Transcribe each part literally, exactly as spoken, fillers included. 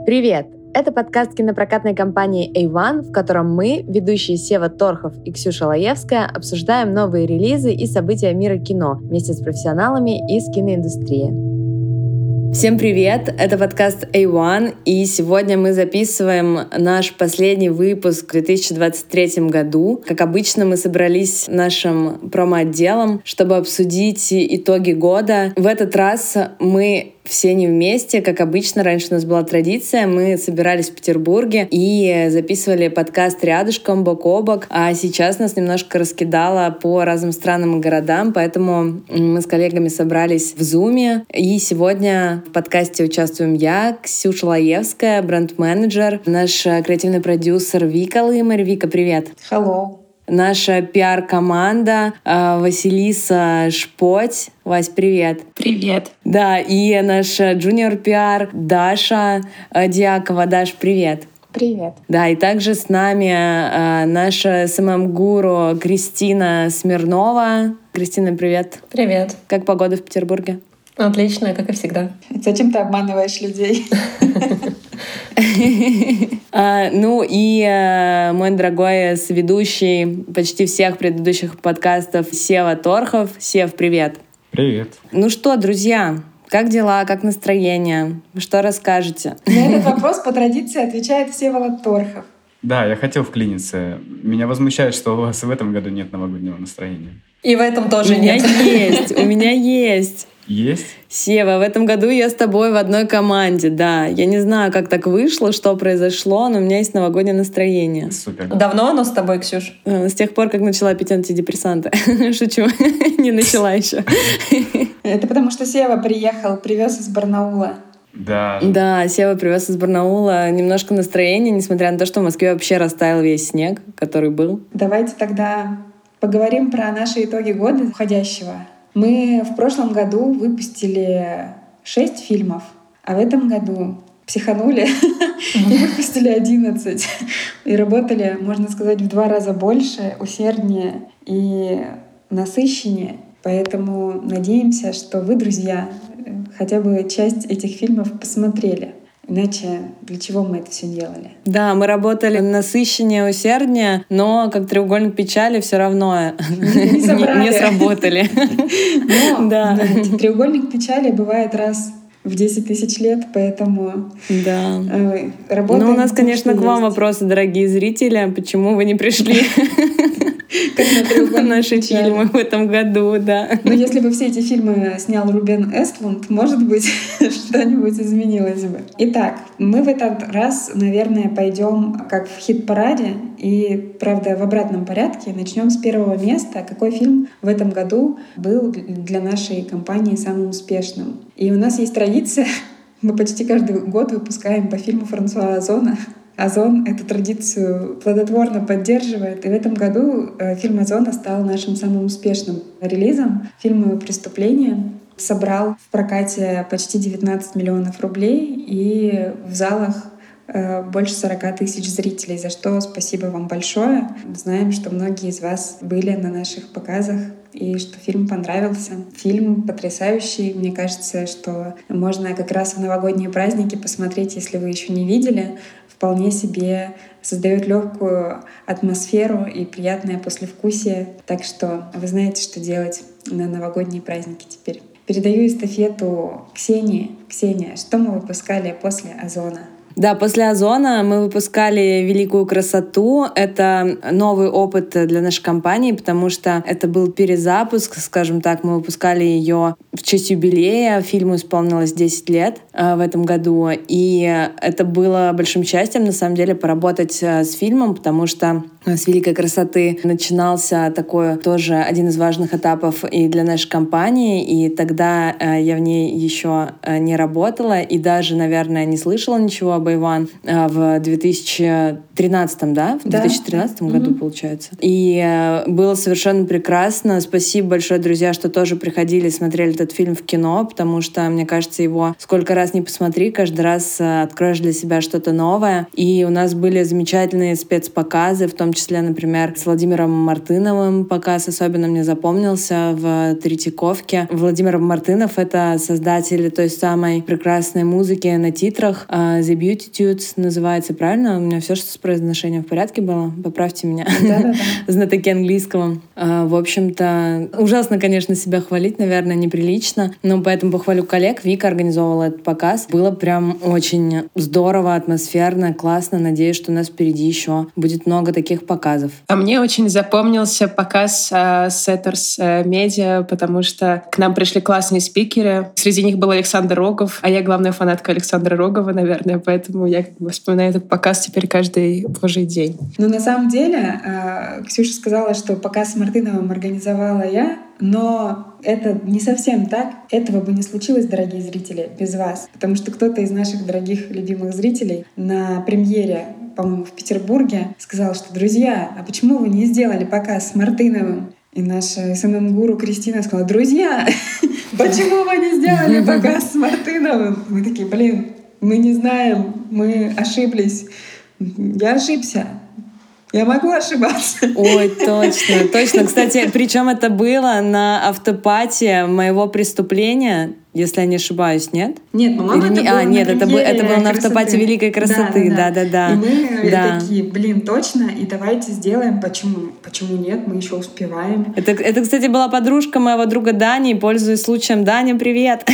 Привет! Это подкаст кинопрокатной компании эй ван, в котором мы, ведущие Сева Торхов и Ксюша Лаевская, обсуждаем новые релизы и события мира кино вместе с профессионалами из киноиндустрии. Всем привет! Это подкаст эй ван, и сегодня мы записываем наш последний выпуск в две тысячи двадцать третьем году. Как обычно, мы собрались нашим промо-отделом, чтобы обсудить итоги года. В этот раз мы все не вместе, как обычно. Раньше у нас была традиция, мы собирались в Петербурге и записывали подкаст рядышком, бок о бок, а сейчас нас немножко раскидало по разным странам и городам, поэтому мы с коллегами собрались в Зуме, и сегодня в подкасте участвуем я, Ксюша Лаевская, бренд-менеджер, наш креативный продюсер Вика Лымарь. Вика, привет! Hello! Наша пиар-команда Василиса Шпоть. Вась, привет. Привет. Да, и наша джуниор-пиар Даша Дьякова. Даш, привет. Привет. Да, и также с нами э, наша эс эм эм-гуру Кристина Смирнова. Кристина, привет. Привет. Как погода в Петербурге? Отлично, как и всегда. Зачем ты обманываешь людей? А, ну и а, мой дорогой соведущий почти всех предыдущих подкастов Сева Торхов. Сев, привет. Привет. Ну что, друзья, как дела, как настроение? Что расскажете? На этот вопрос по традиции отвечает Всеволод Торхов. Да, я хотел вклиниться. Меня возмущает, что у вас в этом году нет новогоднего настроения. И в этом тоже у меня нет. есть, у меня есть. Есть? Сева, в этом году я с тобой в одной команде, да. Я не знаю, как так вышло, что произошло, но у меня есть новогоднее настроение. Супер. Давно оно с тобой, Ксюш? С тех пор, как начала пить антидепрессанты. Шучу, не начала еще. Это потому, что Сева приехал, привез из Барнаула. Да. Да, Сева привез из Барнаула немножко настроения, несмотря на то, что в Москве вообще растаял весь снег, который был. Давайте тогда поговорим про наши итоги года уходящего. Мы в прошлом году выпустили шесть фильмов, а в этом году психанули и выпустили одиннадцать. И работали, можно сказать, в два раза больше, усерднее и насыщеннее. Поэтому надеемся, что вы, друзья, хотя бы часть этих фильмов посмотрели. Иначе для чего мы это все делали? Да, мы работали насыщеннее, усерднее, но как треугольник печали все равно не, не, не сработали. Но, да. Знаете, треугольник печали бывает раз в десять тысяч лет, поэтому да. э, работаем. Ну, у нас, конечно, к вам есть. Вопросы, дорогие зрители. Почему вы не пришли на наши фильмы в этом году, да. Ну, если бы все эти фильмы снял Рубен Эстлунд, может быть, что-нибудь изменилось бы. Итак, мы в этот раз, наверное, пойдем как в хит-параде, и, правда, в обратном порядке. Начнем с первого места. Какой фильм в этом году был для нашей компании самым успешным? И у нас есть традиция, мы почти каждый год выпускаем по фильму Франсуа Озона. Озон эту традицию плодотворно поддерживает. И в этом году фильм Озона стал нашим самым успешным релизом. Фильм «Преступление» собрал в прокате почти девятнадцать миллионов рублей и в залах больше сорок тысяч зрителей, за что спасибо вам большое. Знаем, что многие из вас были на наших показах и что фильм понравился. Фильм потрясающий. Мне кажется, что можно как раз в новогодние праздники посмотреть, если вы еще не видели. Вполне себе создает легкую атмосферу и приятное послевкусие. Так что вы знаете, что делать на новогодние праздники теперь. Передаю эстафету Ксении. Ксения, что мы выпускали после Озона? Да, после Озона мы выпускали «Великую красоту». Это новый опыт для нашей компании, потому что это был перезапуск, скажем так. Мы выпускали ее в честь юбилея. Фильму исполнилось десять лет э, в этом году. И это было большим счастьем, на самом деле, поработать э, с фильмом, потому что с «Великой красоты» начинался такой тоже один из важных этапов и для нашей компании. И тогда э, я в ней еще э, не работала и даже, наверное, не слышала ничего об эй ван в две тысячи тринадцатом, да? В да. две тысячи тринадцатом году, Mm-hmm. получается. И э, было совершенно прекрасно. Спасибо большое, друзья, что тоже приходили и смотрели этот фильм в кино, потому что, мне кажется, его сколько раз не посмотри, каждый раз э, откроешь для себя что-то новое. И у нас были замечательные спецпоказы, в том числе, например, с Владимиром Мартыновым показ особенно мне запомнился в Третьяковке. Владимир Мартынов — это создатель той самой прекрасной музыки на титрах The Beautitudes называется, правильно? У меня все, что с произношением в порядке было. Поправьте меня. Да-да-да. Знатоки английского. В общем-то, ужасно, конечно, себя хвалить, наверное, неприлично, но поэтому похвалю коллег. Вика организовывала этот показ. Было прям очень здорово, атмосферно, классно. Надеюсь, что у нас впереди еще будет много таких показов. А мне очень запомнился показ uh, Setters uh, Media, потому что к нам пришли классные спикеры. Среди них был Александр Рогов, а я главная фанатка Александра Рогова, наверное, поэтому я как бы вспоминаю этот показ теперь каждый божий день. Ну, на самом деле, Ксюша сказала, что показ с Мартыновым организовала я, но это не совсем так. Этого бы не случилось, дорогие зрители, без вас. Потому что кто-то из наших дорогих любимых зрителей на премьере, по-моему, в Петербурге сказал, что «Друзья, а почему вы не сделали показ с Мартыновым?» И наша эс эм эм-гуру Кристина сказала: «Друзья, почему вы не сделали показ с Мартыновым?» Мы такие: блин, мы не знаем, мы ошиблись. Я ошибся. Я могу ошибаться. Ой, точно, точно. Кстати, причем это было на автопате моего преступления, если я не ошибаюсь, нет? Нет, по-моему, Или это не... было а, на нет, это, был, это было на красоты. автопате Великой красоты. Да-да-да. И мы да. такие: блин, точно, и давайте сделаем. Почему? Почему нет? Мы еще успеваем. Это, это, кстати, была подружка моего друга Дани. Пользуясь случаем, Даня, привет!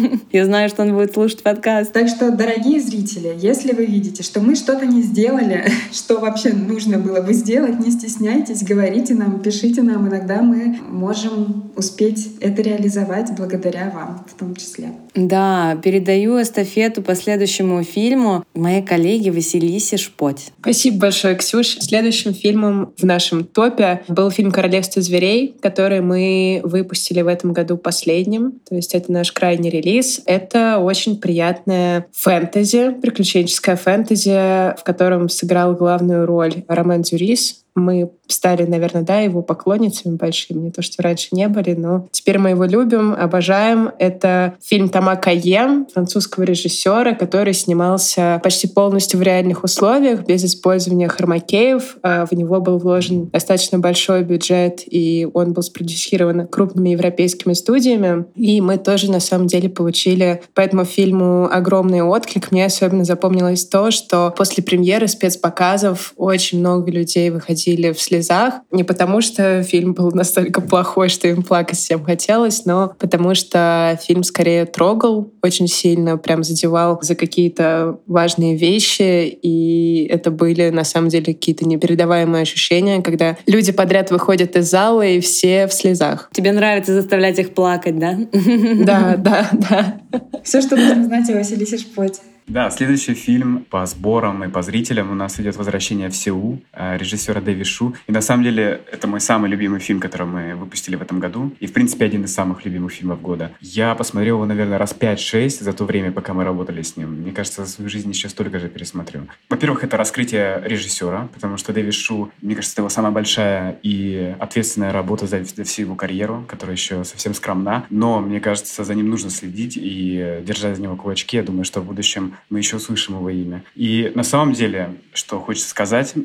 Я знаю, что он будет слушать подкаст. Так что, дорогие зрители, если вы видите, что мы что-то не сделали, что вообще нужно было бы сделать, не стесняйтесь, говорите нам, пишите нам. Иногда мы можем успеть это реализовать благодаря вам в том числе. Да, передаю эстафету по следующему фильму моей коллеге Василисе Шпоть. Спасибо большое, Ксюш. Следующим фильмом в нашем топе был фильм «Королевство зверей», который мы выпустили в этом году последним. То есть это наш крайний релиз. Это очень приятное фэнтези, приключенческое фэнтези, в котором сыграл главную роль Ромен Дюрис. Мы стали, наверное, да, его поклонницами большими. Не то, что раньше не были, но теперь мы его любим, обожаем. Это фильм Тома Кайе, французского режиссера, который снимался почти полностью в реальных условиях, без использования хромакеев. В него был вложен достаточно большой бюджет, и он был спродюсирован крупными европейскими студиями. И мы тоже, на самом деле, получили по этому фильму огромный отклик. Мне особенно запомнилось то, что после премьеры спецпоказов очень много людей выходили в слезах. Не потому, что фильм был настолько плохой, что им плакать всем хотелось, но потому что фильм скорее трогал очень сильно, прям задевал за какие-то важные вещи, и это были на самом деле какие-то непередаваемые ощущения, когда люди подряд выходят из зала, и все в слезах. Тебе нравится заставлять их плакать, да? Да, да, да. Все, что нужно знать о Василисе Шпоте. Да, следующий фильм по сборам и по зрителям у нас идет «Возвращение в Сеул» режиссера Дэви Шу. И на самом деле это мой самый любимый фильм, который мы выпустили в этом году. И, в принципе, один из самых любимых фильмов года. Я посмотрел его, наверное, раз пять-шесть за то время, пока мы работали с ним. Мне кажется, за свою жизнь еще столько же пересмотрю. Во-первых, это раскрытие режиссера, потому что Дэви Шу, мне кажется, это его самая большая и ответственная работа за, за всю его карьеру, которая еще совсем скромна. Но, мне кажется, за ним нужно следить и держать за него кулачки. Я думаю, что в будущем мы еще услышим его имя. И на самом деле, что хочется сказать,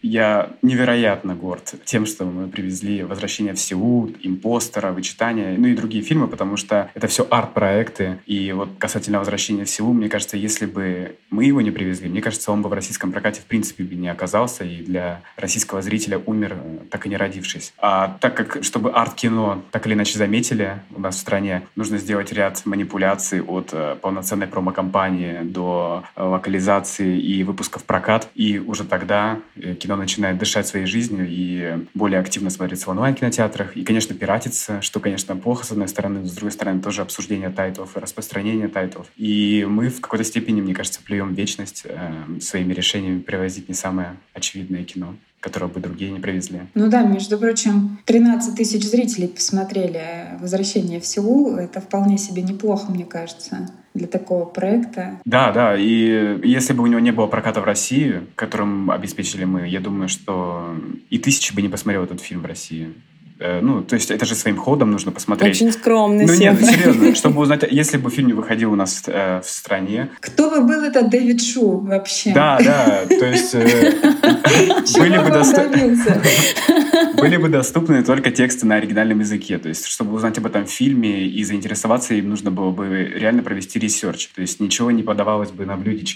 я невероятно горд тем, что мы привезли «Возвращение в Сеул», «Импостера», «Вычитание», ну и другие фильмы, потому что это все арт-проекты. И вот касательно «Возвращения в Сеул», мне кажется, если бы мы его не привезли, мне кажется, он бы в российском прокате в принципе бы не оказался, и для российского зрителя умер, так и не родившись. А так как, чтобы арт-кино так или иначе заметили у нас в стране, нужно сделать ряд манипуляций от полноценной промо-кампании до локализации и выпуска в прокат, и уже тогда кино Кино начинает дышать своей жизнью и более активно смотрится в онлайн-кинотеатрах. И, конечно, пиратится, что, конечно, плохо, с одной стороны, но, с другой стороны, тоже обсуждение тайтлов и распространение тайтлов. И мы в какой-то степени, мне кажется, плюем вечность э, своими решениями привозить не самое очевидное кино, которое бы другие не привезли. Ну да, между прочим, тринадцать тысяч зрителей посмотрели «Возвращение в Сеул». Это вполне себе неплохо, мне кажется, для такого проекта. Да, да, и если бы у него не было проката в России, которым обеспечили мы, я думаю, что и тысячи бы не посмотрел этот фильм в России. Ну, то есть это же своим ходом нужно посмотреть. Очень скромно. Ну нет, серьезно, чтобы узнать, если бы фильм не выходил у нас э, в стране. Кто бы был этот Дэвид Шу вообще? Да, да, то есть э, были бы доступны... Были бы доступны только тексты на оригинальном языке. То есть, чтобы узнать об этом фильме и заинтересоваться им, нужно было бы реально провести ресерч. То есть, ничего не подавалось бы на блюдечке.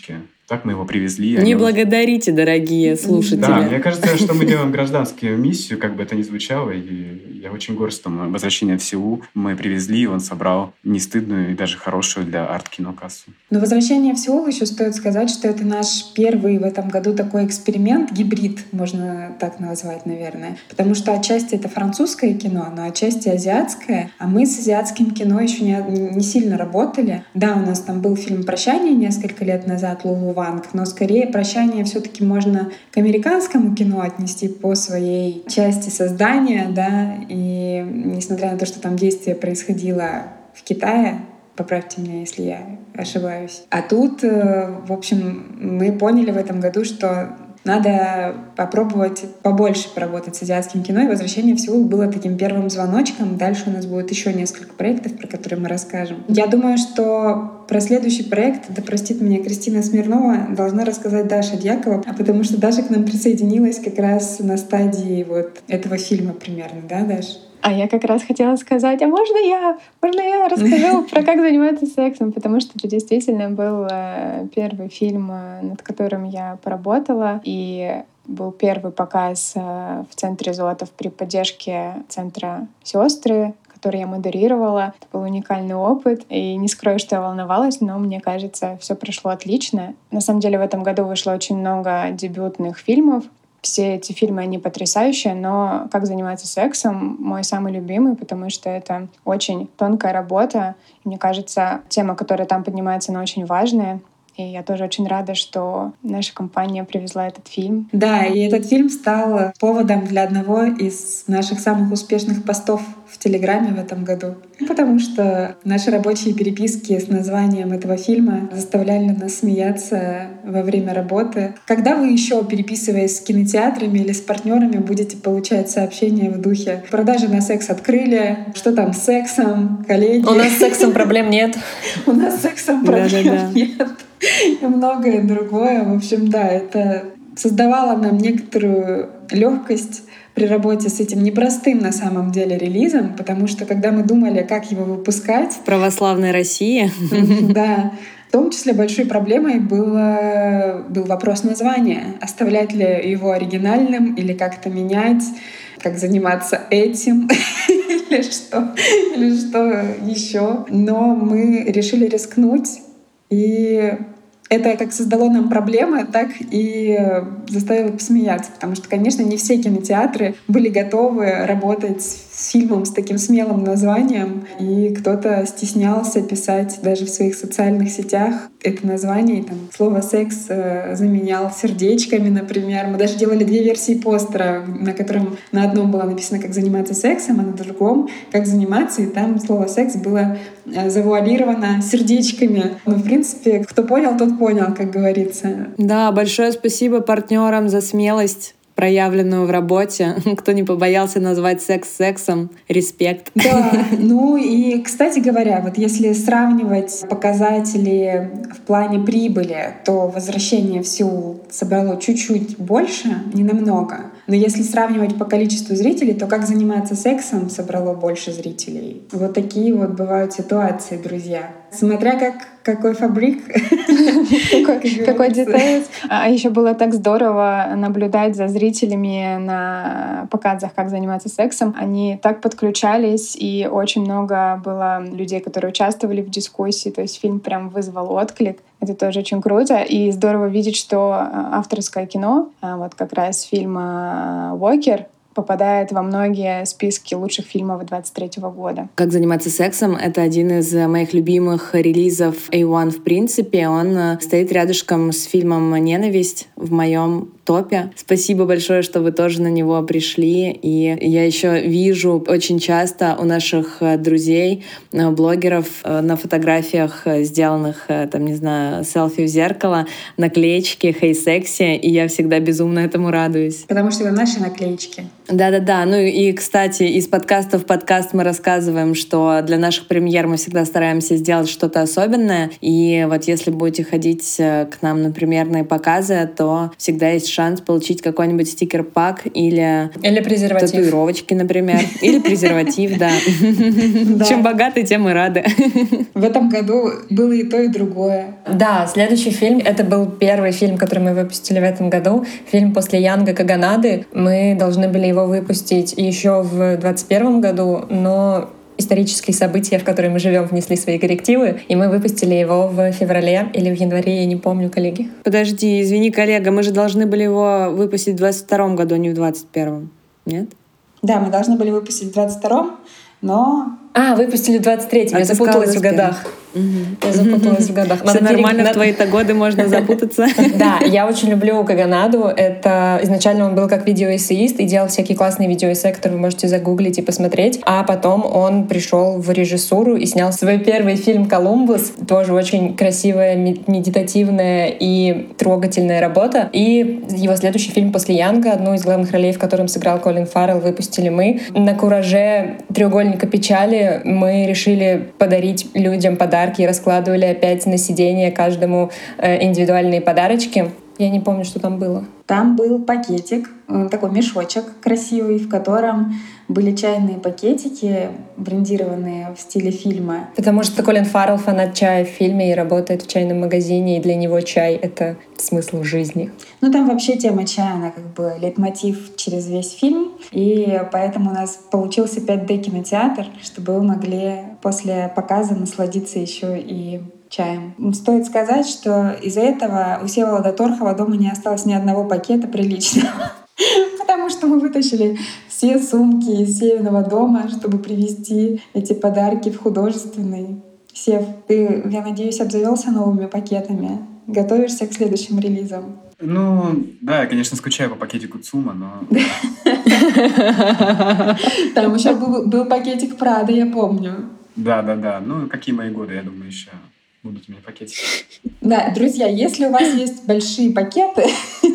Так мы его привезли. Не они... благодарите, дорогие слушатели. Да, мне кажется, что мы делаем гражданскую миссию, как бы это ни звучало, и я очень горд, что мы «Возвращение в Сеул» мы привезли, и он собрал не стыдную и даже хорошую для арт-кино кассу. Но «Возвращение в Сеул» еще стоит сказать, что это наш первый в этом году такой эксперимент, гибрид, можно так назвать, наверное. Потому что отчасти это французское кино, но отчасти азиатское. А мы с азиатским кино еще не, не сильно работали. Да, у нас там был фильм «Прощание» несколько лет назад, Лулу Ванг, но скорее «Прощание» все-таки можно к американскому кино отнести по своей части создания, да, и несмотря на то, что там действие происходило в Китае, поправьте меня, если я ошибаюсь. А тут, в общем, мы поняли в этом году, что надо попробовать побольше поработать с азиатским кино, и «Возвращение в Сеул» было таким первым звоночком. Дальше у нас будет еще несколько проектов, про которые мы расскажем. Я думаю, что про следующий проект, да простит меня Кристина Смирнова, должна рассказать Даша Дьякова, а потому что Даша к нам присоединилась как раз на стадии вот этого фильма примерно, да, Даша? А я как раз хотела сказать, а можно я, можно я расскажу про как заниматься сексом, потому что это действительно был первый фильм, над которым я поработала, и был первый показ в Центре Золотов при поддержке Центра «Сестры», который я модерировала. Это был уникальный опыт. И не скрою, что я волновалась, но мне кажется, все прошло отлично. На самом деле в этом году вышло очень много дебютных фильмов. Все эти фильмы, они потрясающие, но «Как заниматься сексом» — мой самый любимый, потому что это очень тонкая работа. И мне кажется, тема, которая там поднимается, она очень важная. И я тоже очень рада, что наша компания привезла этот фильм. Да, и этот фильм стал поводом для одного из наших самых успешных постов в Телеграме в этом году. Потому что наши рабочие переписки с названием этого фильма заставляли нас смеяться во время работы. Когда вы еще, переписываясь с кинотеатрами или с партнерами, будете получать сообщения в духе «Продажи на секс открыли», «Что там с сексом?», «Коллеги». У нас с сексом проблем нет. У нас с сексом проблем нет. И многое другое. В общем, да, это создавало нам некоторую легкость при работе с этим непростым на самом деле релизом, потому что когда мы думали, как его выпускать... В православной России. Да. В том числе большой проблемой было, был вопрос названия. Оставлять ли его оригинальным или как-то менять, как заниматься этим или что, или что еще. Но мы решили рискнуть. И это как создало нам проблемы, так и заставило посмеяться. Потому что, конечно, не все кинотеатры были готовы работать с фильмом с таким смелым названием. И кто-то стеснялся писать даже в своих социальных сетях это название. И там слово «секс» заменял сердечками, например. Мы даже делали две версии постера, на котором на одном было написано «Как заниматься сексом», а на другом «Как заниматься». И там слово «секс» было завуалировано сердечками. Ну, в принципе, кто понял, тот понял, как говорится. Да, большое спасибо партнерам за смелость, проявленную в работе. Кто не побоялся назвать секс сексом, респект. Да, ну и, кстати говоря, вот если сравнивать показатели в плане прибыли, то «Возвращение в Сеул» собрало чуть-чуть больше, не намного. Но если сравнивать по количеству зрителей, то «Как заниматься сексом» собрало больше зрителей. Вот такие вот бывают ситуации, друзья. Смотря как какой фабрик. Какой деталь. А еще было так здорово наблюдать за зрителями на показах «Как заниматься сексом». Они так подключались, и очень много было людей, которые участвовали в дискуссии. То есть фильм прям вызвал отклик. Это тоже очень круто. И здорово видеть, что авторское кино, вот как раз фильм «Уокер», попадает во многие списки лучших фильмов двадцать третьего года. «Как заниматься сексом» — это один из моих любимых релизов эй один в принципе. Он стоит рядышком с фильмом «Ненависть» в моем топе. Спасибо большое, что вы тоже на него пришли. И я еще вижу очень часто у наших друзей, блогеров, на фотографиях, сделанных, там, не знаю, селфи в зеркало, наклеечки «Hey Sexy», и я всегда безумно этому радуюсь. Потому что это наши наклеечки. Да-да-да. Ну и, кстати, из подкаста в подкаст мы рассказываем, что для наших премьер мы всегда стараемся сделать что-то особенное. И вот если будете ходить к нам на премьерные показы, то всегда есть шанс получить какой-нибудь стикер-пак или... Или презерватив. Татуировочки, например. Или презерватив, да. Чем богаты, тем и рады. В этом году было и то, и другое. Да, следующий фильм — это был первый фильм, который мы выпустили в этом году. Фильм «После Янга Каганады». Мы должны были его выпустить еще в двадцать первом году, но исторические события, в которые мы живем, внесли свои коррективы, и мы выпустили его в феврале или в январе, я не помню, коллеги. Подожди, извини, коллега, мы же должны были его выпустить в двадцать втором году, а не в двадцать первом. Нет? Да, мы должны были выпустить в двадцать втором, но... А, выпустили в двадцать третьем, А я запуталась в годах. Угу. Я запуталась в годах. Все нормально, в твои-то годы можно запутаться. Да, я очень люблю Каганаду. Это изначально он был как видеоэссеист и делал всякие классные видеоэссе, которые вы можете загуглить и посмотреть. А потом он пришел в режиссуру и снял свой первый фильм «Колумбус». Тоже очень красивая, медитативная и трогательная работа. И его следующий фильм «После Янга», одну из главных ролей, в котором сыграл Колин Фаррелл, выпустили мы. На кураже «Треугольника печали» мы решили подарить людям подарки и раскладывали опять на сиденье каждому индивидуальные подарочки. Я не помню, что там было. Там был пакетик, такой мешочек красивый, в котором были чайные пакетики, брендированные в стиле фильма. Потому что Колин Фаррелл фанат чая в фильме и работает в чайном магазине, и для него чай — это смысл жизни. Ну, там вообще тема чая, она как бы лейтмотив через весь фильм, и поэтому у нас получился пять дэ кинотеатр, чтобы вы могли после показа насладиться еще и чаем. Стоит сказать, что из-за этого у Всеволода Торхова дома не осталось ни одного пакета приличного. Потому что мы вытащили все сумки из Севиного дома, чтобы привезти эти подарки в художественный. Сев, ты, я надеюсь, обзавелся новыми пакетами? Готовишься к следующим релизам? Ну, да, я, конечно, скучаю по пакетику ЦУМа, но... Там еще был пакетик Прада, я помню. Да-да-да. Ну, какие мои годы, я думаю, еще будут у меня пакетики. Да, друзья, если у вас есть большие пакеты,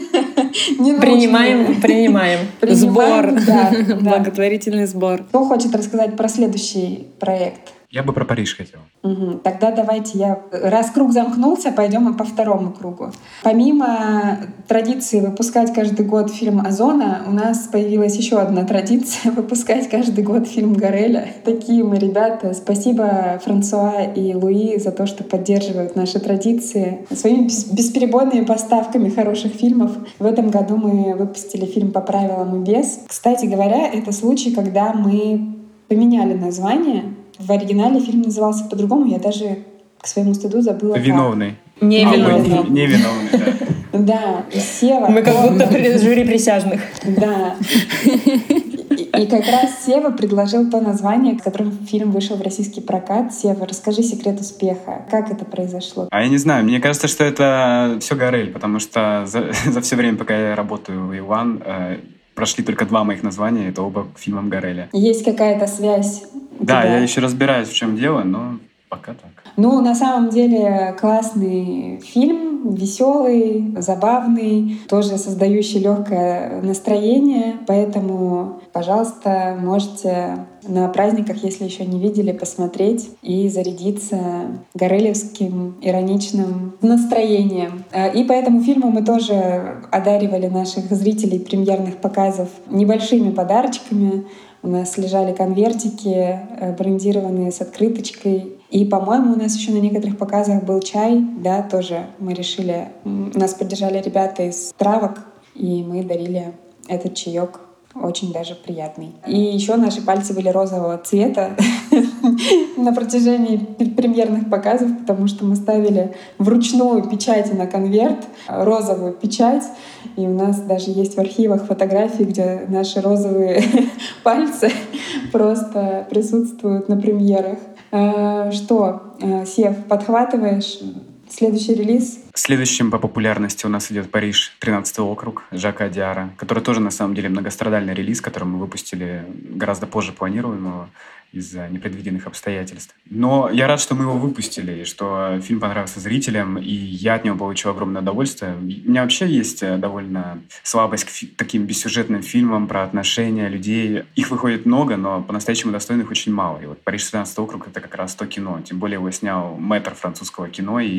принимаем, принимаем. Сбор, благотворительный сбор. Кто хочет рассказать про следующий проект? Я бы про Париж хотел. Угу. Тогда давайте я... Раз круг замкнулся, пойдем по второму кругу. Помимо традиции выпускать каждый год фильм Озона, у нас появилась еще одна традиция — выпускать каждый год фильм Гарреля. Такие мы ребята. Спасибо Франсуа и Луи за то, что поддерживают наши традиции своими бесперебойными поставками хороших фильмов. В этом году мы выпустили фильм «По правилам и без». Кстати говоря, это случай, когда мы поменяли название. В оригинале фильм назывался по-другому, я даже к своему стыду забыла. Виновный. Невиновный. Невиновный, да. Да, и Сева... Мы как будто жюри присяжных. Да. И как раз Сева предложил то название, с которым фильм вышел в российский прокат. Сева, расскажи секрет успеха. Как это произошло? А я не знаю, мне кажется, что это все Гаррель, потому что за, за все время, пока я работаю в Иван, прошли только два моих названия, это оба к фильмам Гарреля. Есть какая-то связь? Да, я еще разбираюсь, в чем дело, но пока так. Ну, на самом деле, классный фильм, веселый, забавный, тоже создающий легкое настроение. Поэтому, пожалуйста, можете на праздниках, если еще не видели, посмотреть и зарядиться гаррелевским ироничным настроением. И по этому фильму мы тоже одаривали наших зрителей премьерных показов небольшими подарочками. У нас лежали конвертики, брендированные с открыточкой. И, по-моему, у нас еще на некоторых показах был чай. Да, тоже мы решили... Нас поддержали ребята из травок, и мы дарили этот чаек. Очень даже приятный. И еще наши пальцы были розового цвета на протяжении премьерных показов, потому что мы ставили вручную печати на конверт, розовую печать. И у нас даже есть в архивах фотографии, где наши розовые пальцы просто присутствуют на премьерах. Что, Сев, подхватываешь следующий релиз? Следующим по популярности у нас идет «Париж», тринадцатый округ Жака Одиара, который тоже на самом деле многострадальный релиз, который мы выпустили гораздо позже планируемого из-за непредвиденных обстоятельств. Но я рад, что мы его выпустили, и что фильм понравился зрителям, и я от него получил огромное удовольствие. У меня вообще есть довольно слабость к фи- таким бессюжетным фильмам про отношения людей. Их выходит много, но по-настоящему достойных очень мало. И вот «Париж», тринадцатый округ — это как раз то кино. Тем более его снял мэтр французского кино, и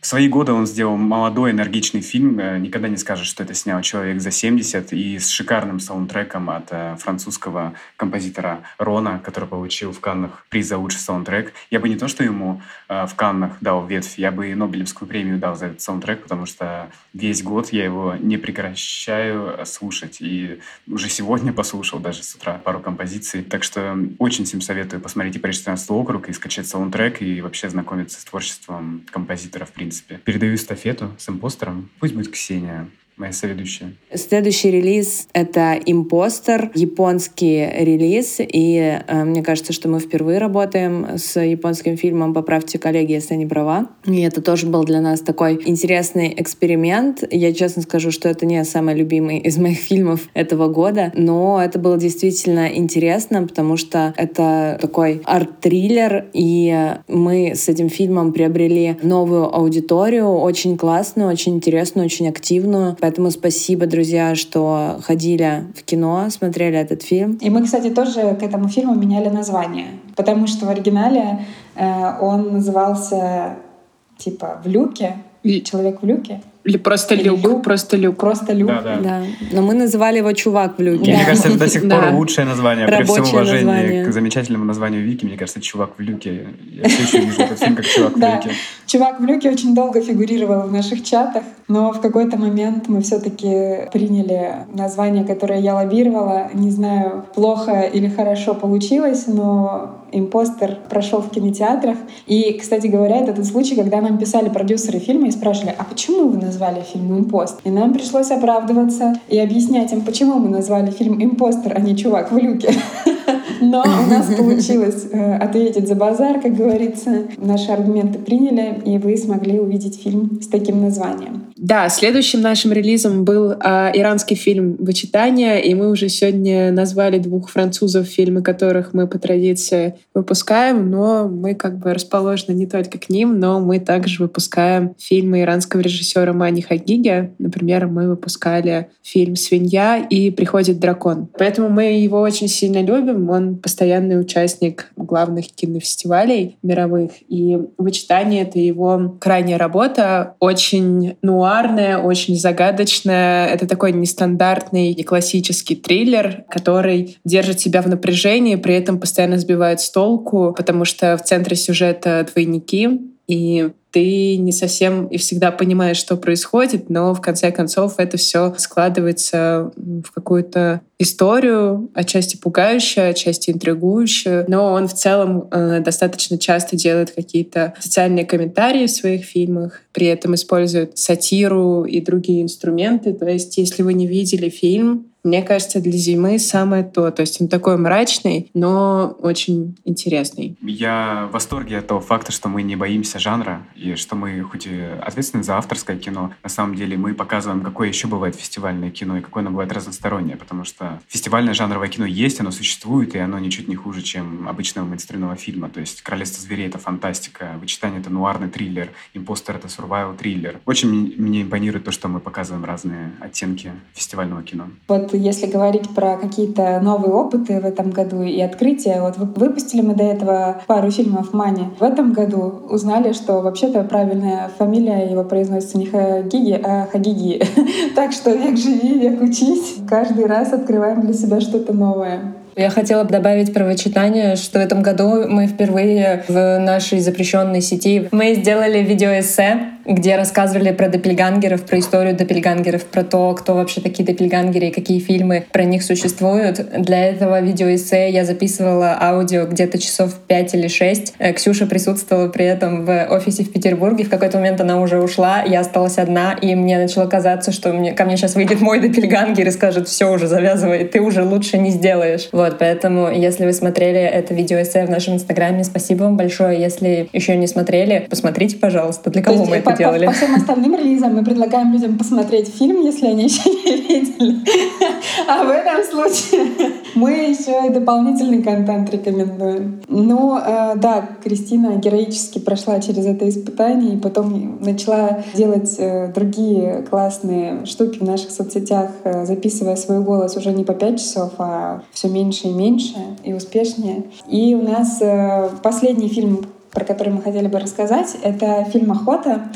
В свои годы он сделал молодой, энергичный фильм. Никогда не скажешь, что это снял человек за семьдесят. И с шикарным саундтреком от французского композитора Рона, который получил в Каннах приз за лучший саундтрек. Я бы не то, что ему в Каннах дал ветвь, я бы и Нобелевскую премию дал за этот саундтрек, потому что весь год я его не прекращаю слушать. И уже сегодня послушал даже с утра пару композиций. Так что очень всем советую посмотреть и «Париж тринадцатый округ», и скачать саундтрек, и вообще знакомиться с творчеством композитора, в принципе. Передаю эстафету с импостером. Пусть будет Ксения, моя соведущая. Следующий релиз — это «Импостер», японский релиз, и э, мне кажется, что мы впервые работаем с японским фильмом, поправьте, коллеги, если я не права. И это тоже был для нас такой интересный эксперимент. Я честно скажу, что это не самый любимый из моих фильмов этого года, но это было действительно интересно, потому что это такой арт-триллер, и мы с этим фильмом приобрели новую аудиторию, очень классную, очень интересную, очень активную. Поэтому спасибо, друзья, что ходили в кино, смотрели этот фильм. И мы, кстати, тоже к этому фильму меняли название, потому что в оригинале э, он назывался типа «В люке», «Человек в люке». Или просто Или люк, люк. просто люк. Просто люк. Да, да. Да. Но мы называли его «Чувак в люке». Мне кажется, это до сих пор Да. лучшее название. При всем Рабочее уважении название. к замечательному названию Вики, мне кажется, «Чувак в люке». Я все еще вижу этот фильм как «Чувак в Да. люке». «Чувак в люке» очень долго фигурировал в наших чатах, но в какой-то момент мы все-таки приняли название, которое я лоббировала. Не знаю, плохо или хорошо получилось, но «Импостер» прошел в кинотеатрах. И, кстати говоря, это тот случай, когда нам писали продюсеры фильма и спрашивали: а почему вы назвали фильм «Импост»? И нам пришлось оправдываться и объяснять им, почему мы назвали фильм «Импостер», а не «Чувак в люке». Но у нас получилось э, ответить за базар, как говорится. Наши аргументы приняли, и вы смогли увидеть фильм с таким названием. Да, следующим нашим релизом был э, иранский фильм «Вычитание», и мы уже сегодня назвали двух французов, фильмы которых мы по традиции выпускаем, но мы как бы расположены не только к ним, но мы также выпускаем фильмы иранского режиссера Мани Хагиги. Например, мы выпускали фильм «Свинья» и «Приходит дракон». Поэтому мы его очень сильно любим. Он постоянный участник главных кинофестивалей мировых. И «Вычитание» — это его крайняя работа, очень нуарная, очень загадочная. Это такой нестандартный, не классический триллер, который держит себя в напряжении, при этом постоянно сбивает с толку, потому что в центре сюжета двойники, и ты не совсем и всегда понимаешь, что происходит, но в конце концов это все складывается в какую-то историю, отчасти пугающую, отчасти интригующую. Но он в целом э, достаточно часто делает какие-то социальные комментарии в своих фильмах, при этом использует сатиру и другие инструменты. То есть, если вы не видели фильм, мне кажется, для зимы самое то. То есть он такой мрачный, но очень интересный. Я в восторге от того факта, что мы не боимся жанра, и что мы хоть и ответственны за авторское кино, на самом деле мы показываем, какое еще бывает фестивальное кино и какое оно бывает разностороннее, потому что фестивальное жанровое кино есть, оно существует, и оно ничуть не хуже, чем обычного мейнстримного фильма. То есть «Королевство зверей» — это фантастика, «Вычитание» — это нуарный триллер, «Импостер» — это survival триллер. Очень мне импонирует то, что мы показываем разные оттенки фестивального кино. Вот если говорить про какие-то новые опыты в этом году и открытия, вот выпустили мы до этого пару фильмов Мани. В этом году узнали, что вообще-то правильная фамилия его произносится не Хагиги, а Хагиги. Так что век живи, век учись. Каждый раз открываем для себя что-то новое. Я хотела бы добавить про «Вычитание», что в этом году мы впервые в нашей запрещенной сети мы сделали видеоэссе, где рассказывали про доппельгангеров, про историю доппельгангеров, про то, кто вообще такие доппельгангеры и какие фильмы про них существуют. Для этого видеоэссе я записывала аудио где-то часов пять или шесть. Ксюша присутствовала при этом в офисе в Петербурге. В какой-то момент она уже ушла, я осталась одна, и мне начало казаться, что мне, ко мне сейчас выйдет мой доппельгангер и скажет: все, уже завязывай, ты уже лучше не сделаешь. Вот, поэтому, если вы смотрели это видеоэссе в нашем инстаграме, спасибо вам большое. Если еще не смотрели, посмотрите, пожалуйста. Для кого мы это по, делали? По, по всем остальным релизам мы предлагаем людям посмотреть фильм, если они еще не видели. А в этом случае мы еще и дополнительный контент рекомендуем. Ну, э, да, Кристина героически прошла через это испытание и потом начала делать э, другие классные штуки в наших соцсетях, э, записывая свой голос уже не по пять часов, а все меньше и меньше и успешнее. И у нас э, последний фильм, про который мы хотели бы рассказать, это фильм «Охота».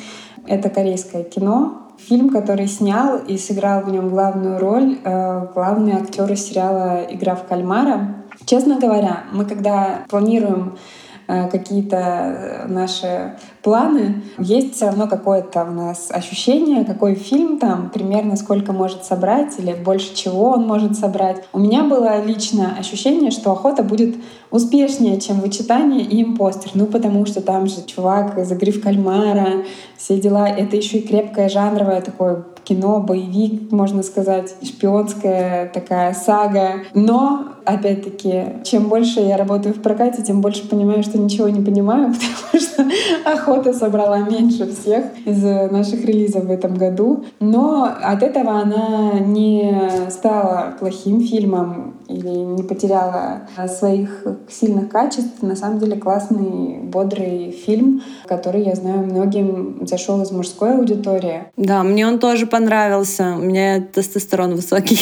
Это корейское кино. Фильм, который снял и сыграл в нем главную роль э, главный актер из сериала «Игра в кальмара». Честно говоря, мы когда планируем э, какие-то наши планы, есть все равно какое-то у нас ощущение, какой фильм там примерно сколько может собрать или больше чего он может собрать. У меня было лично ощущение, что «Охота» будет успешнее, чем «Вычитание» и «Импостер». Ну, потому что там же чувак из «Игры в кальмара», все дела. Это еще и крепкое жанровое такое кино, боевик, можно сказать, шпионская такая сага. Но, опять-таки, чем больше я работаю в прокате, тем больше понимаю, что ничего не понимаю, потому что «Охота» собрала меньше всех из наших релизов в этом году. Но от этого она не стала плохим фильмом или не потеряла своих сильных качеств. На самом деле классный, бодрый фильм, который, я знаю, многим зашел из мужской аудитории. Да, мне он тоже понравился. У меня тестостерон высокий.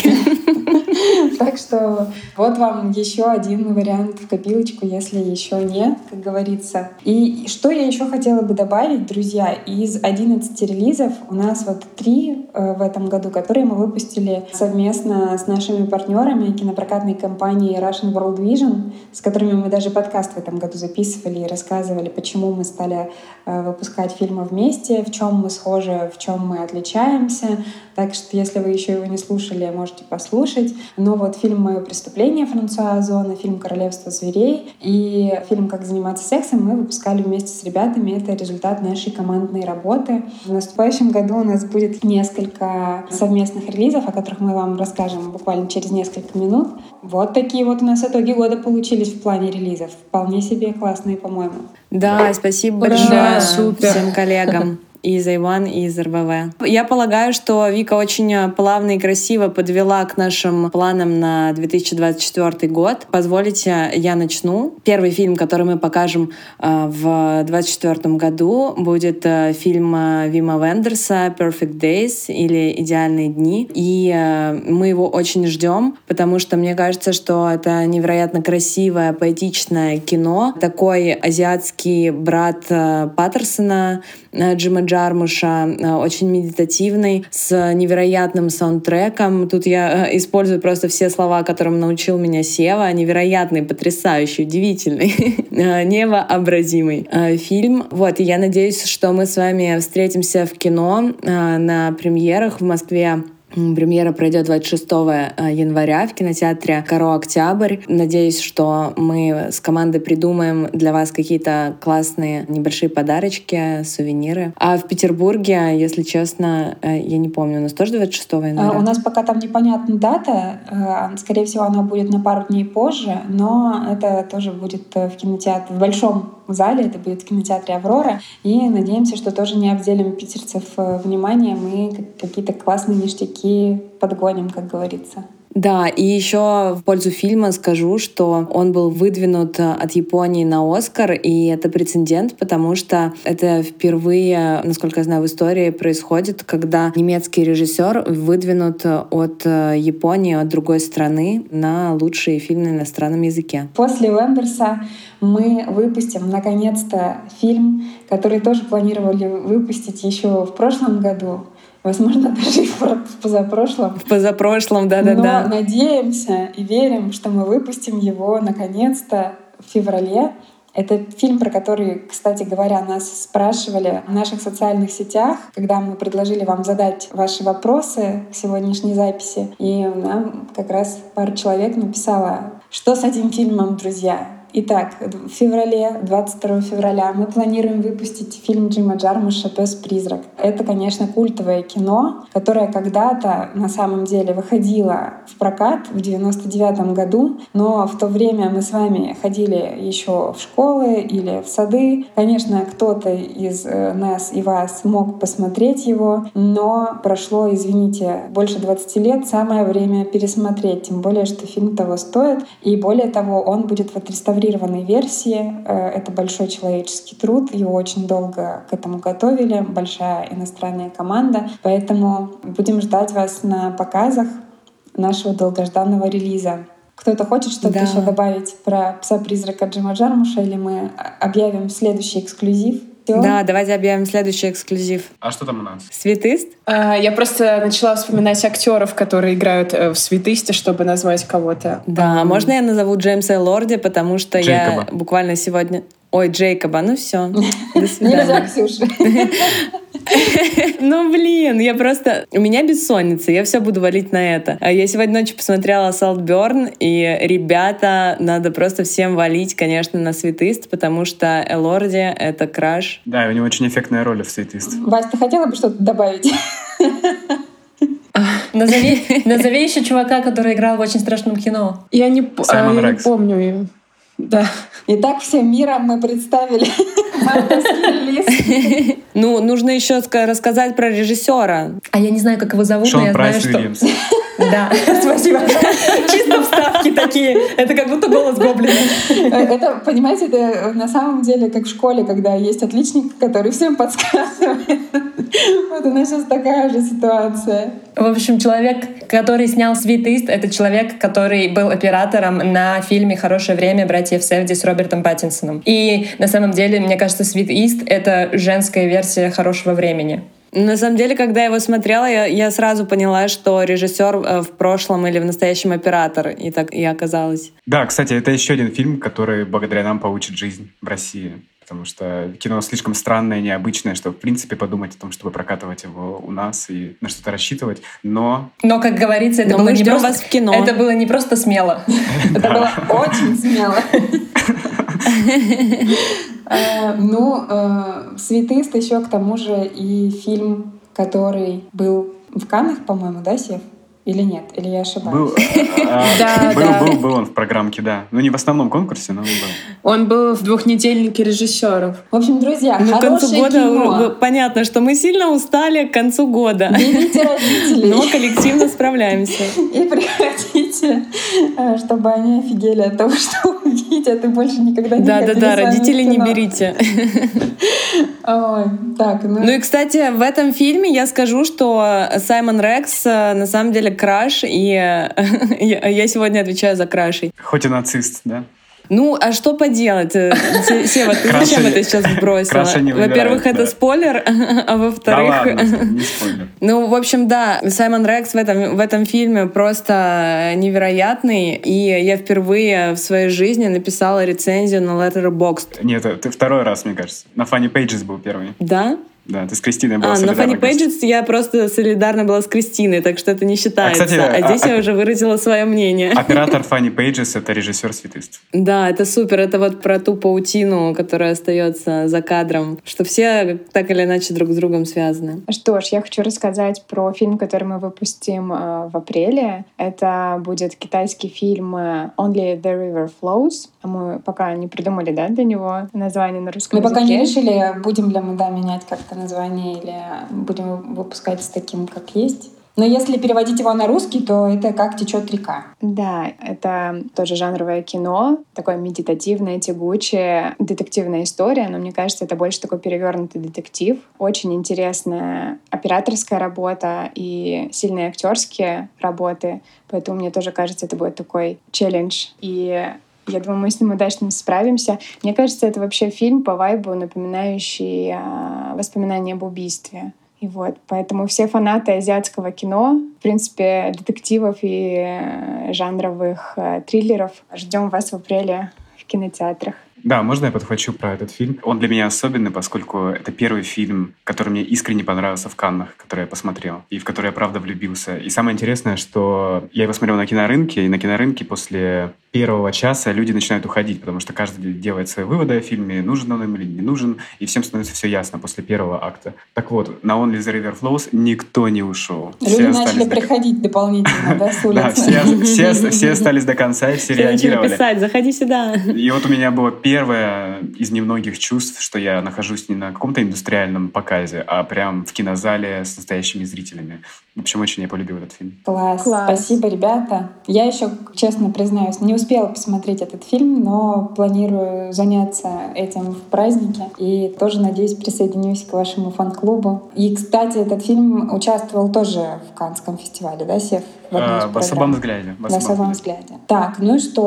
Так что вот вам еще один вариант в копилочку, если еще нет, как говорится. И что я еще хотела бы добавить, друзья, из одиннадцати релизов у нас вот три э, в этом году, которые мы выпустили совместно с нашими партнерами кинопрокатной компанией Russian World Vision, с которыми мы даже подкаст в этом году записывали и рассказывали, почему мы стали э, выпускать фильмы вместе, в чем мы схожи, в чем мы отличаемся. Так что, если вы еще его не слушали, можете послушать. Но вот фильм «Мое преступление» Франсуа Озона, фильм «Королевство зверей» и фильм «Как заниматься сексом» мы выпускали вместе с ребятами. Это результат нашей командной работы. В наступающем году у нас будет несколько совместных релизов, о которых мы вам расскажем буквально через несколько минут. Вот такие вот у нас итоги года получились в плане релизов. Вполне себе классные, по-моему. Да, спасибо Ура! большое Супер. всем коллегам. И из Айван, и из эр вэ вэ. Я полагаю, что Вика очень плавно и красиво подвела к нашим планам на две тысячи двадцать четвёртый год. Позволите, я начну. Первый фильм, который мы покажем в двадцать четвёртом году, будет фильм Вима Вендерса «Perfect Days» или «Идеальные дни». И мы его очень ждем, потому что мне кажется, что это невероятно красивое, поэтичное кино. Такой азиатский брат Паттерсона, Джима Джармуша, очень медитативный, с невероятным саундтреком. Тут я использую просто все слова, которым научил меня Сева. Невероятный, потрясающий, удивительный, невообразимый фильм. Вот, и я надеюсь, что мы с вами встретимся в кино на премьерах в Москве. Премьера пройдет двадцать шестого января в кинотеатре «Каро Октябрь». Надеюсь, что мы с командой придумаем для вас какие-то классные небольшие подарочки, сувениры. А в Петербурге, если честно, я не помню, у нас тоже двадцать шестого января? У нас пока там непонятна дата. Скорее всего, она будет на пару дней позже, но это тоже будет в кинотеатре, в большом зале, это будет в кинотеатре «Аврора». И надеемся, что тоже не обделим питерцев вниманием и какие-то классные ништяки подгоним, как говорится. Да, и еще в пользу фильма скажу, что он был выдвинут от Японии на «Оскар», и это прецедент, потому что это впервые, насколько я знаю, в истории происходит, когда немецкий режиссер выдвинут от Японии, от другой страны на лучшие фильмы на иностранном языке. После Вендерса мы выпустим, наконец-то, фильм, который тоже планировали выпустить еще в прошлом году. Возможно, даже и в позапрошлом. В позапрошлом, да-да-да. Но надеемся и верим, что мы выпустим его наконец-то в феврале. Это фильм, про который, кстати говоря, нас спрашивали в наших социальных сетях, когда мы предложили вам задать ваши вопросы к сегодняшней записи. И нам как раз пару человек написало, что с этим фильмом, друзья. Итак, в феврале, двадцать второго февраля, мы планируем выпустить фильм Джима Джармуша «Пес-призрак». Это, конечно, культовое кино, которое когда-то на самом деле выходило в прокат в девяносто девятом году, но в то время мы с вами ходили еще в школы или в сады. Конечно, кто-то из нас и вас мог посмотреть его, но прошло, извините, больше двадцати лет, самое время пересмотреть, тем более, что фильм того стоит, и более того, он будет в отреставрированной версии. Это большой человеческий труд, его очень долго к этому готовили, большая иностранная команда, поэтому будем ждать вас на показах нашего долгожданного релиза. Кто-то хочет что-то Да. еще добавить про «Пса-призрака» Джима Джармуша, или мы объявим следующий эксклюзив? Всё? Да, давайте объявим следующий эксклюзив. А что там у нас? Светист? А, Я просто начала вспоминать актеров, которые играют э, в «Светисте», чтобы назвать кого-то. Да, Ам, можно я назову Джеймса Элорди, потому что Джейкоба. я буквально сегодня... Ой, Джейкоба, ну все. До Нельзя, свидания. Ксюша. Ну, блин, я просто... У меня бессонница, я все буду валить на это. А Я сегодня ночью посмотрела «Saltburn», и, ребята, надо просто всем валить, конечно, на «Светист», потому что Элорди — это краш. Да, и у него очень эффектная роль в «Светист». Вась, ты хотела бы что-то добавить? Назови, назови еще чувака, который играл в «Очень страшном кино». Я не, п- а, Саймон я не Рекс. помню ее. Да. Итак, всем миром мы представили мартовский релиз. Ну, нужно еще ска- рассказать про режиссера. А я не знаю, как его зовут, но Шон я Прайс знаю, что... Уильямс. Да, спасибо. Чисто вставки такие. Это как будто голос гоблина. Это, понимаете, это на самом деле как в школе, когда есть отличник, который всем подсказывает. Вот у нас сейчас такая же ситуация. В общем, человек, который снял «Светист», это человек, который был оператором на фильме «Хорошее время» братьев Севди с Робертом Паттинсоном. И на самом деле, мне кажется, «Светист» — это женская версия «Хорошего времени». На самом деле, когда я его смотрела, я, я сразу поняла, что режиссер э, в прошлом или в настоящем оператор. И так и оказалось. Да, кстати, это еще один фильм, который благодаря нам получит жизнь в России. Потому что кино слишком странное, необычное, чтобы, в принципе, подумать о том, чтобы прокатывать его у нас и на что-то рассчитывать. Но... Но, как говорится, это, Но было, мы не ждем просто, вас в кино. это было не просто смело. Это было очень смело. Э, Ну, э, «Светист» еще к тому же и фильм, который был в Каннах, по-моему, да, Сев? Или нет? Или я ошибаюсь? Был, а, Да, был, да. был, был он в программке, да. Ну, не в основном конкурсе, но он был. Он был в двухнедельнике режиссеров. В общем, друзья, Ну, к концу хорошее года кино. э, понятно, что мы сильно устали к концу года. Берите родителей Но коллективно справляемся. и приходите, э, чтобы они офигели от того, что увидят, и больше никогда не Да-да-да, ходили с вами в родителей не кино. берите. Ой, так, ну... Ну и, кстати, в этом фильме я скажу, что Саймон Рекс э, на самом деле краш, и э, я я сегодня отвечаю за крашей. Хоть и нацист, да? Ну, а что поделать? Э, Се- Сева, ты Краша зачем не- это сейчас вбросила? краша не выбирает, Во-первых, это да. спойлер, а Да во-вторых... ладно, не спойлер. Ну, в общем, да, Саймон Рекс в этом, в этом фильме просто невероятный, и я впервые в своей жизни написала рецензию на Letterboxd. Нет, это второй раз, мне кажется. На Funny Pages был первый. Да? Да, ты с Кристиной была А, на солидарна. Funny Pages я просто солидарна была с Кристиной, так что это не считается. А, кстати, а- здесь я а- уже выразила свое мнение. Оператор Funny Pages — это режиссер «Светист». Да, это супер. Это вот про ту паутину, которая остается за кадром, что все так или иначе друг с другом связаны. Что ж, я хочу рассказать про фильм, который мы выпустим э, в апреле. Это будет китайский фильм э, Only the River Flows. Мы пока не придумали, да, для него название на русском Мы пока не языке. решили, будем ли мы, да, менять как-то название или будем выпускать с таким, как есть. Но если переводить его на русский, то это «Как течет река». Да, это тоже жанровое кино, такое медитативное, тягучее, детективная история, но мне кажется, это больше такой перевернутый детектив. Очень интересная операторская работа и сильные актерские работы, поэтому мне тоже кажется, это будет такой челлендж. И я думаю, мы с ним удачно справимся. Мне кажется, это вообще фильм по вайбу, напоминающий а, воспоминания об убийстве. И вот, поэтому все фанаты азиатского кино, в принципе, детективов и э, жанровых э, триллеров, ждем вас в апреле в кинотеатрах. Да, можно я подхвачу про этот фильм? Он для меня особенный, поскольку это первый фильм, который мне искренне понравился в Каннах, который я посмотрел, и в который я правда влюбился. И самое интересное, что я его смотрел на кинорынке, и на кинорынке после первого часа люди начинают уходить, потому что каждый делает свои выводы о фильме, нужен он им или не нужен, и всем становится все ясно после первого акта. Так вот, на Only the River Flows никто не ушел. Люди начали приходить дополнительно, да, с улицы. Да, все, все, все остались до конца, и все Все начали реагировали. писать, заходи сюда. И вот у меня было первое из немногих чувств, что я нахожусь не на каком-то индустриальном показе, а прям в кинозале с настоящими зрителями. В общем, очень я полюбил этот фильм. Класс. Класс. Спасибо, ребята. Я еще, честно признаюсь, не успела посмотреть этот фильм, но планирую заняться этим в празднике. И тоже, надеюсь, присоединюсь к вашему фан-клубу. И, кстати, этот фильм участвовал тоже в Каннском фестивале, да, Сев? В одной из А, в особом программ. взгляде. В особом взгляде. Так, ну и что?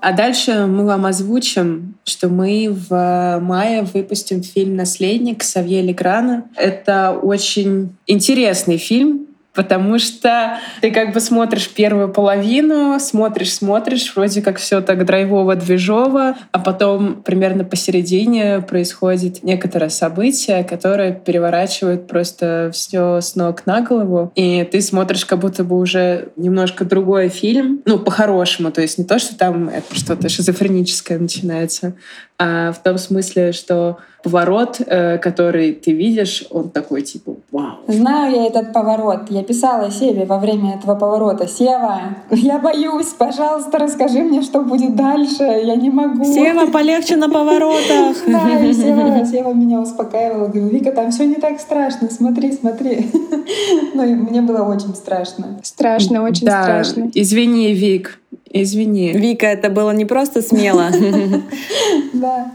А дальше мы вам озвучим, что мы в мае выпустим фильм «Наследник» Ксавье Леграна. Это очень интересный фильм, потому что ты как бы смотришь первую половину, смотришь, смотришь, вроде как все так драйвово-движово, а потом примерно посередине происходит некоторое событие, которое переворачивает просто все с ног на голову, и ты смотришь как будто бы уже немножко другой фильм, ну, по-хорошему, то есть не то, что там это что-то шизофреническое начинается, а в том смысле, что поворот, э, который ты видишь, он такой типа «Вау». Знаю я этот поворот. Я писала Севе во время этого поворота: «Сева, я боюсь, пожалуйста, расскажи мне, что будет дальше, я не могу». Сева, полегче на поворотах. Да, и Сева, Сева меня успокаивала. Говорю: «Вика, там все не так страшно, смотри, смотри». Ну, и мне было очень страшно. Страшно, очень Да, страшно. извини, Вик, извини. Вика, это было не просто смело Да.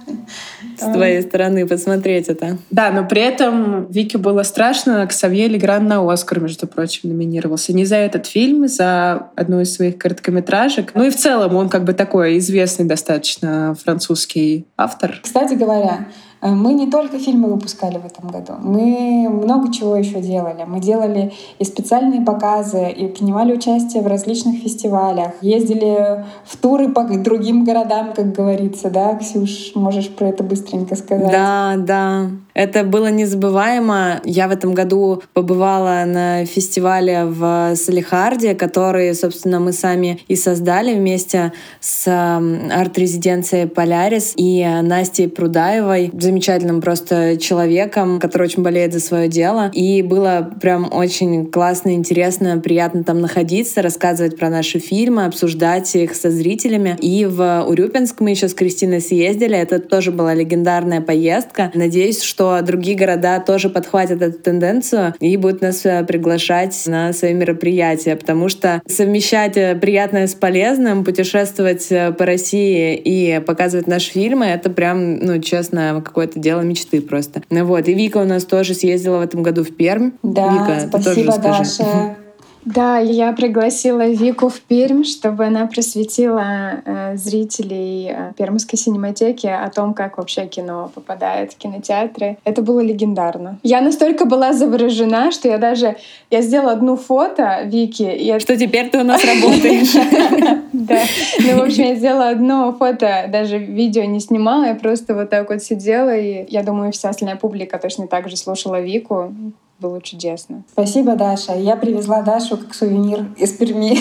с твоей стороны посмотреть это. Да, но при этом Вике было страшно. Ксавье Легран на «Оскар», между прочим, номинировался. Не за этот фильм, за одну из своих короткометражек. Ну и в целом он как бы такой известный достаточно французский автор. Кстати говоря, мы не только фильмы выпускали в этом году, мы много чего еще делали. Мы делали и специальные показы, и принимали участие в различных фестивалях, ездили в туры по другим городам, как говорится, да, Ксюш, можешь про это быстренько сказать? Да, да. Это было незабываемо. Я в этом году побывала на фестивале в Салехарде, который, собственно, мы сами и создали вместе с арт-резиденцией «Полярис» и Настей Прудаевой, замечательным просто человеком, который очень болеет за свое дело. И было прям очень классно, интересно, приятно там находиться, рассказывать про наши фильмы, обсуждать их со зрителями. И в Урюпинск мы еще с Кристиной съездили. Это тоже была легендарная поездка. Надеюсь, что другие города тоже подхватят эту тенденцию и будут нас приглашать на свои мероприятия, потому что совмещать приятное с полезным, путешествовать по России и показывать наши фильмы — это прям, ну, честно, какое-то дело мечты просто. Ну вот, и Вика у нас тоже съездила в этом году в Пермь. Да, Вика, спасибо, ты тоже расскажи. Даша. Да, я пригласила Вику в Пермь, чтобы она просветила э, зрителей э, Пермской синематеки о том, как вообще кино попадает в кинотеатры. Это было легендарно. Я настолько была заворожена, что я даже я сделала одну фото Вики. И что теперь ты у нас работаешь. Да. Ну, в общем, я сделала одно фото, даже видео не снимала, я просто вот так вот сидела, и я думаю, вся остальная публика точно так же слушала Вику. Было чудесно. Спасибо, Даша. Я привезла Дашу как сувенир из Перми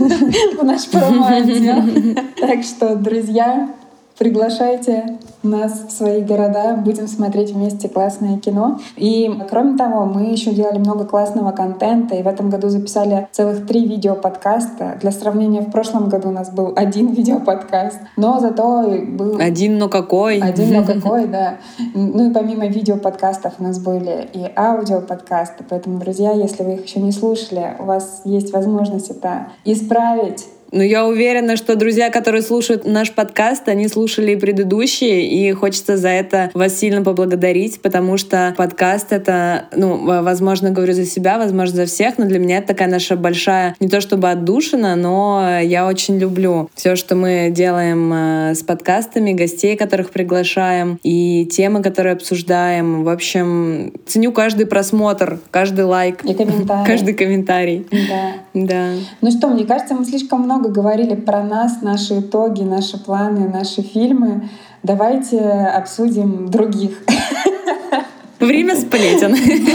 в наш промо-отдел. Так что, друзья, приглашайте нас в свои города, будем смотреть вместе классное кино. И, кроме того, мы еще делали много классного контента, и в этом году записали целых три видеоподкаста. Для сравнения, в прошлом году у нас был один видеоподкаст, но зато был... Один, но какой? Один, но какой, да. Ну и помимо видеоподкастов у нас были и аудиоподкасты, поэтому, друзья, если вы их еще не слушали, у вас есть возможность это исправить. Ну, я уверена, что друзья, которые слушают наш подкаст, они слушали и предыдущие, и хочется за это вас сильно поблагодарить, потому что подкаст — это, ну, возможно, говорю за себя, возможно, за всех, но для меня это такая наша большая, не то чтобы отдушина, но я очень люблю все, что мы делаем с подкастами, гостей, которых приглашаем, и темы, которые обсуждаем. В общем, ценю каждый просмотр, каждый лайк, и комментарий. каждый комментарий. Да. Да. Ну что, мне кажется, мы слишком много много говорили про нас, наши итоги, наши планы, наши фильмы. Давайте обсудим других. Время сплетен.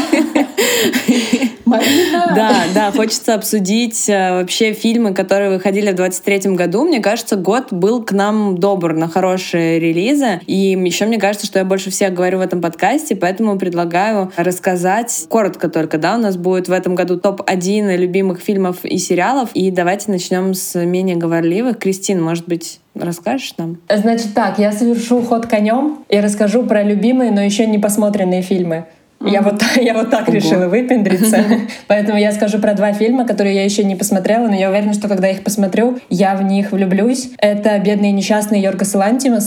Марина! Да, да, хочется обсудить вообще фильмы, которые выходили в двадцать третьем году. Мне кажется, год был к нам добр на хорошие релизы. И еще мне кажется, что я больше всех говорю в этом подкасте, поэтому предлагаю рассказать коротко только. Да, у нас будет в этом году топ один любимых фильмов и сериалов. И давайте начнем с менее говорливых. Кристин, может быть, расскажешь нам? Значит так, я совершу ход конем и расскажу про любимые, но еще не посмотренные фильмы. Я вот, я вот так Ого. решила выпендриться. Поэтому я скажу про два фильма, которые я еще не посмотрела, но я уверена, что когда я их посмотрю, я в них влюблюсь. Это «Бедные и несчастные» Йоргоса Лантимоса.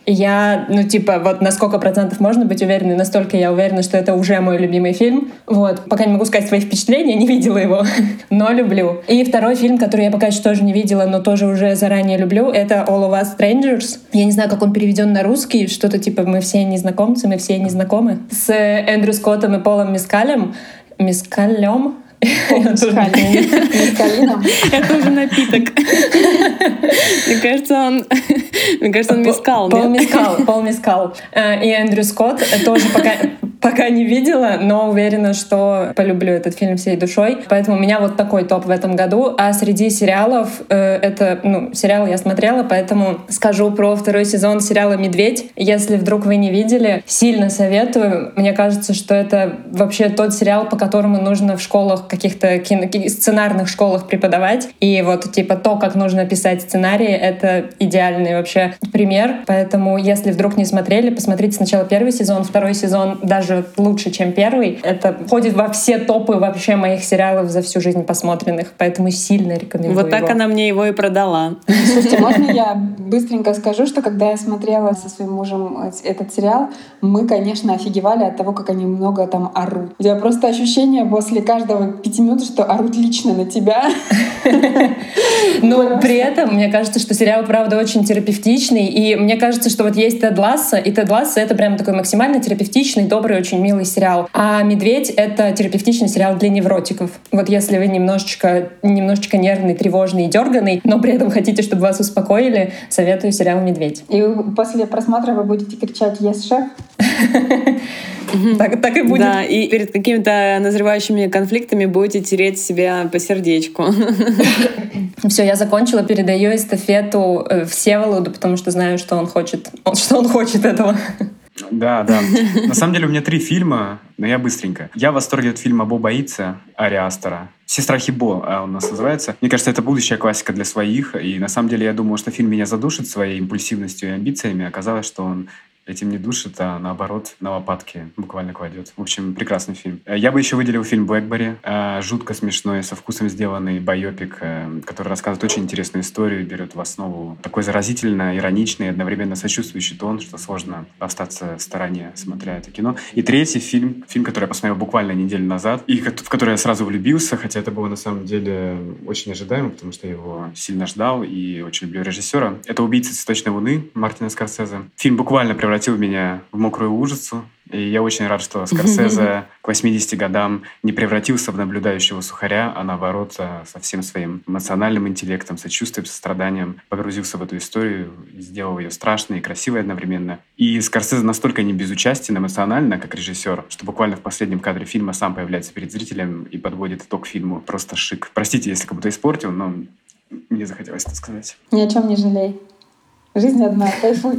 Я, ну, типа, вот на сколько процентов можно быть уверенной, настолько я уверена, что это уже мой любимый фильм. Вот. Пока не могу сказать свои впечатления, не видела его, но люблю. И второй фильм, который я пока еще тоже не видела, но тоже уже заранее люблю, это All of Us Strangers. Я не знаю, как он переведен на русский, что-то типа «Мы все незнакомцы, мы все незнакомы». С Эндрю Скоттом и Полом Мескалем. Мескалем? Мескалином. Это уже напиток. Мне кажется, он... Мне кажется, он мескал. Пол Мескал. Пол Мескал. И Эндрю Скотт тоже пока... Пока не видела, но уверена, что полюблю этот фильм всей душой. Поэтому у меня вот такой топ в этом году. А среди сериалов, э, это, ну, сериал я смотрела, поэтому скажу про второй сезон сериала «Медведь». Если вдруг вы не видели, сильно советую. Мне кажется, что это вообще тот сериал, по которому нужно в школах, каких-то кино, сценарных школах преподавать. И вот типа то, как нужно писать сценарии, это идеальный вообще пример. Поэтому, если вдруг не смотрели, посмотрите сначала первый сезон, второй сезон даже лучше, чем первый. Это входит во все топы вообще моих сериалов за всю жизнь посмотренных, поэтому сильно рекомендую Вот так его. она мне его и продала. Слушайте, можно я быстренько скажу, что когда я смотрела со своим мужем этот сериал, мы, конечно, офигевали от того, как они много там орут. У тебя просто ощущение после каждого пяти минут, что орут лично на тебя. Но при этом, мне кажется, что сериал, правда, очень терапевтичный, и мне кажется, что вот есть Тед Лассо, и Тед Лассо — это прям такой максимально терапевтичный, добрый, очень милый сериал. А «Медведь» — это терапевтичный сериал для невротиков. Вот если вы немножечко, немножечко нервный, тревожный и дерганый, но при этом хотите, чтобы вас успокоили, советую сериал «Медведь». И после просмотра вы будете кричать «Yes, шеф». Так, так и будет. Да, и перед какими-то назревающими конфликтами будете тереть себя по сердечку. Все, я закончила, передаю эстафету Всеволоду, потому что знаю, что он хочет, что он хочет этого. Да, да. На самом деле у меня три фильма, но я быстренько. Я в восторге от фильма «Бо боится» Ари Астера. «Все страхи Бо» а он у нас называется. Мне кажется, это будущая классика для своих. И на самом деле я думал, что фильм меня задушит своей импульсивностью и амбициями. Оказалось, что он этим не душит, а наоборот на лопатки буквально кладет. В общем, прекрасный фильм. Я бы еще выделил фильм «Блэкбери». Жутко смешной, со вкусом сделанный байопик, который рассказывает очень интересную историю, берет в основу такой заразительно ироничный и одновременно сочувствующий тон, что сложно остаться в стороне, смотря это кино. И третий фильм, фильм, который я посмотрел буквально неделю назад, и в который я сразу влюбился, хотя это было на самом деле очень ожидаемо, потому что я его сильно ждал и очень люблю режиссера. Это «Убийца цветочной луны» Мартина Скорсезе. Фильм буквально превратил меня в мокрую лужицу. И я очень рад, что Скорсезе к восьмидесяти годам не превратился в наблюдающего сухаря, а наоборот, со всем своим эмоциональным интеллектом, сочувствием, состраданием погрузился в эту историю, сделал ее страшной и красивой одновременно. И Скорсезе настолько не безучастен эмоционально, как режиссер, что буквально в последнем кадре фильма сам появляется перед зрителем и подводит итог фильму. Просто шик. Простите, если кому-то испортил, но мне захотелось это сказать. Ни о чем не жалей. Жизнь одна, кайфуй.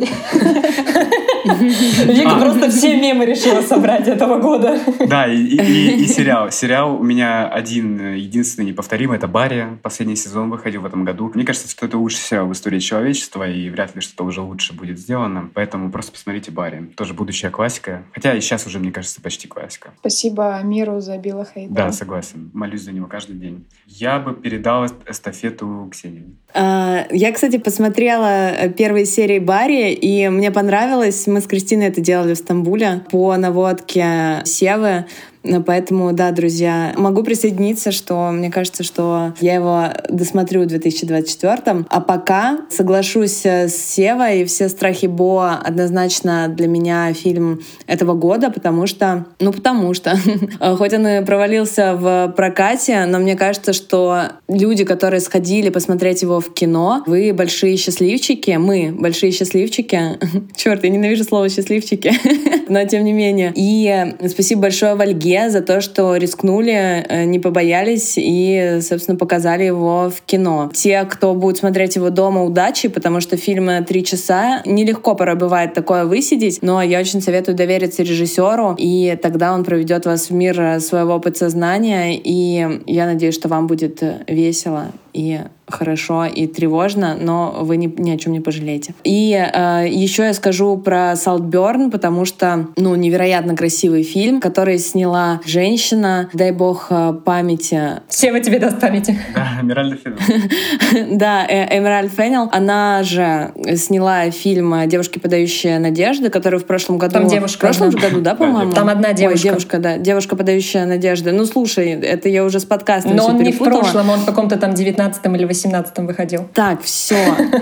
Вика просто все мемы решила собрать этого года. Да, и, и, и сериал. Сериал у меня один, единственный неповторимый. Это «Барри». Последний сезон выходил в этом году. Мне кажется, что это лучший сериал в истории человечества, и вряд ли что-то уже лучше будет сделано. Поэтому просто посмотрите «Барри». Тоже будущая классика. Хотя и сейчас уже, мне кажется, почти классика. Спасибо миру за Билла Хейдера. Да, согласен. Молюсь за него каждый день. Я бы передал эстафету Ксении. Я, кстати, посмотрела первые серии «Барри», и мне понравилось. Мы с Кристиной это делали в Стамбуле по наводке Севы. Поэтому, да, друзья, могу присоединиться, что мне кажется, что я его досмотрю в две тысячи двадцать четвёртом. А пока соглашусь с Севой, и «Все страхи Бо» однозначно для меня фильм этого года, потому что, ну потому что, хоть он и провалился в прокате, но мне кажется, что люди, которые сходили посмотреть его в кино, вы большие счастливчики, мы большие счастливчики. Черт, я ненавижу слово «счастливчики», но тем не менее. И спасибо большое Вальге за то, что рискнули, не побоялись и, собственно, показали его в кино. Те, кто будет смотреть его дома, удачи, потому что фильмы три часа. Нелегко порой бывает такое высидеть, но я очень советую довериться режиссеру, и тогда он проведет вас в мир своего подсознания, и я надеюсь, что вам будет весело и хорошо, и тревожно, но вы ни, ни о чем не пожалеете. И э, еще я скажу про Saltburn, потому что, ну, невероятно красивый фильм, который сняла женщина, дай бог памяти. Сева тебе даст памяти. Да, Эмеральд Феннел. Да, Эмеральд Феннел. Она же сняла фильм «Девушки, подающие надежды», который в прошлом году... Там девушка. В прошлом же году, да, по-моему? Там одна девушка. Ой, девушка, да. Девушка, подающая надежды. Ну, слушай, это я уже с подкастом Но все он перепутала. не в прошлом, он в каком-то там девятнадцатом или восемнадцатом выходил. Так, все.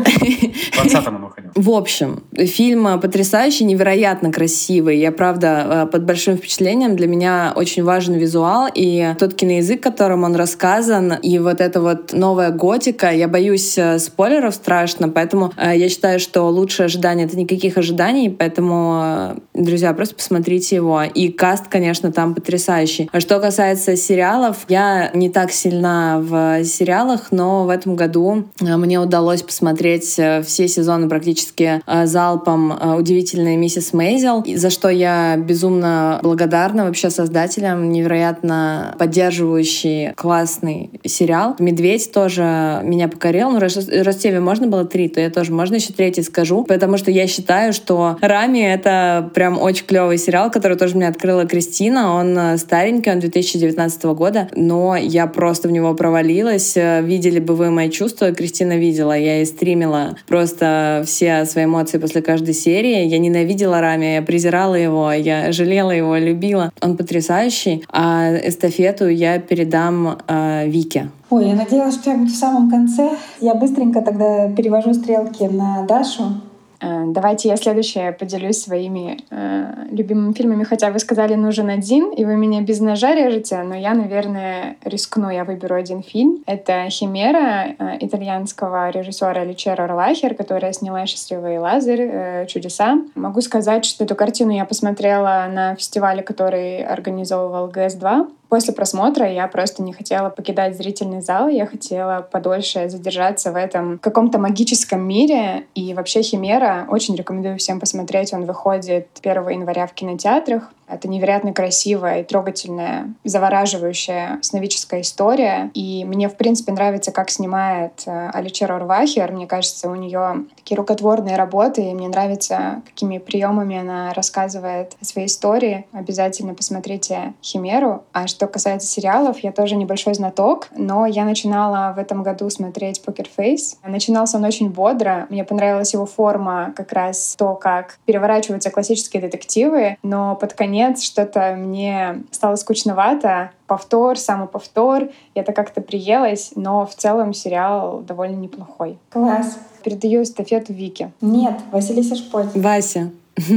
В двадцатом он выходил. В общем, фильм потрясающий, невероятно красивый. Я, правда, под большим впечатлением. Для меня очень важен визуал и тот киноязык, которым он рассказан, и вот эта вот новая готика. Я боюсь спойлеров страшно, поэтому я считаю, что лучшее ожидание — это никаких ожиданий, поэтому, друзья, просто посмотрите его. И каст, конечно, там потрясающий. А что касается сериалов, я не так сильна в сериалах, но в этом году мне удалось посмотреть все сезоны практически залпом «Удивительная миссис Мейзел», за что я безумно благодарна вообще создателям. Невероятно поддерживающий классный сериал. «Медведь» тоже меня покорил. Ну, раз, раз тебе можно было три, то я тоже можно еще третий скажу, потому что я считаю, что «Рами» — это прям очень клевый сериал, который тоже мне открыла Кристина. Он старенький, он две тысячи девятнадцатого года, но я просто в него провалилась. Видели бы вы мои чувства, Кристина видела. Я и стримила просто все свои эмоции после каждой серии. Я ненавидела Рами, я презирала его, я жалела его, любила. Он потрясающий. А эстафету я передам э, Вике. Ой, я надеялась, что я буду в самом конце. Я быстренько тогда перевожу стрелки на Дашу. Давайте я следующее поделюсь своими э, любимыми фильмами. Хотя вы сказали, нужен один, и вы меня без ножа режете, но я, наверное, рискну. Я выберу один фильм. Это «Химера» э, итальянского режиссера Аличеро Орлахер, которая сняла «Счастливый Лазарь», э, «Чудеса». Могу сказать, что эту картину я посмотрела на фестивале, который организовывал Гэ Эс два. После просмотра я просто не хотела покидать зрительный зал, я хотела подольше задержаться в этом каком-то магическом мире. И вообще «Химера» очень рекомендую всем посмотреть. Он выходит первого января в кинотеатрах. Это невероятно красивая и трогательная, завораживающая сновидческая история. И мне, в принципе, нравится, как снимает Аличеро Орлахер. Мне кажется, у нее такие рукотворные работы, и мне нравится, какими приемами она рассказывает о своей истории. Обязательно посмотрите «Химеру». А что касается сериалов, я тоже небольшой знаток, но я начинала в этом году смотреть «Покер Фейс». Начинался он очень бодро. Мне понравилась его форма, как раз то, как переворачиваются классические детективы, но под конец что-то мне стало скучновато. Повтор, самоповтор. Я-то как-то приелась, но в целом сериал довольно неплохой. Класс. Передаю эстафету Вике. Нет, Василиса Шполь. Вася.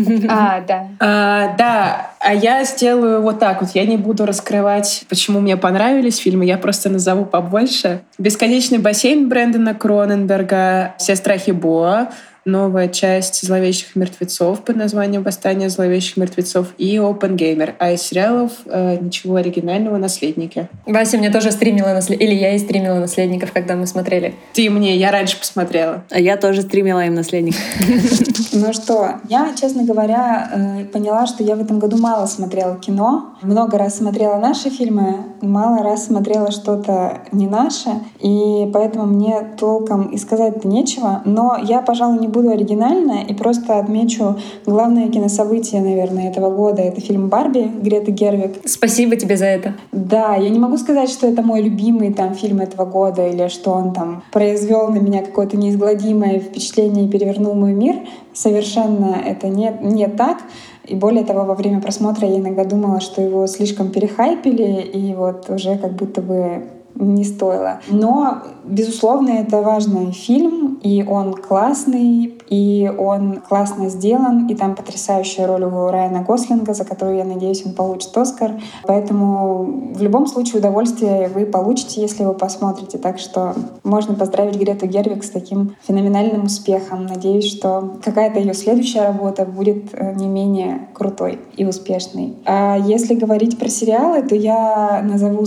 А, да. А, да, а я сделаю вот так вот. Я не буду раскрывать, почему мне понравились фильмы, я просто назову побольше. «Бесконечный бассейн» Брэндона Кроненберга, «Все страхи Боа», новая часть «Зловещих мертвецов» под названием «Восстание зловещих мертвецов» и «Оппенгеймер». А из сериалов э, ничего оригинального, «Наследники». Вася мне тоже стримила наследников, или я и стримила «Наследников», когда мы смотрели. Ты мне, я раньше посмотрела. А я тоже стримила им «Наследников». Ну что, я, честно говоря, поняла, что я в этом году мало смотрела кино. Много раз смотрела наши фильмы, мало раз смотрела что-то не наше. И поэтому мне толком и сказать-то нечего. Но я, пожалуй, не буду оригинальна и просто отмечу главное кинособытие, наверное, этого года. Это фильм «Барби» Греты Гервиг. Спасибо тебе за это. Да, я не могу сказать, что это мой любимый там фильм этого года или что он там произвел на меня какое-то неизгладимое впечатление и перевернул мой мир. Совершенно это не, не так. И более того, во время просмотра я иногда думала, что его слишком перехайпили, и вот уже как будто бы не стоило. Но, безусловно, это важный фильм, и он классный, и он классно сделан, и там потрясающая роль у Райана Гослинга, за которую, я надеюсь, он получит Оскар. Поэтому в любом случае удовольствие вы получите, если вы посмотрите. Так что можно поздравить Грету Гервиг с таким феноменальным успехом. Надеюсь, что какая-то ее следующая работа будет не менее крутой и успешной. А если говорить про сериалы, то я назову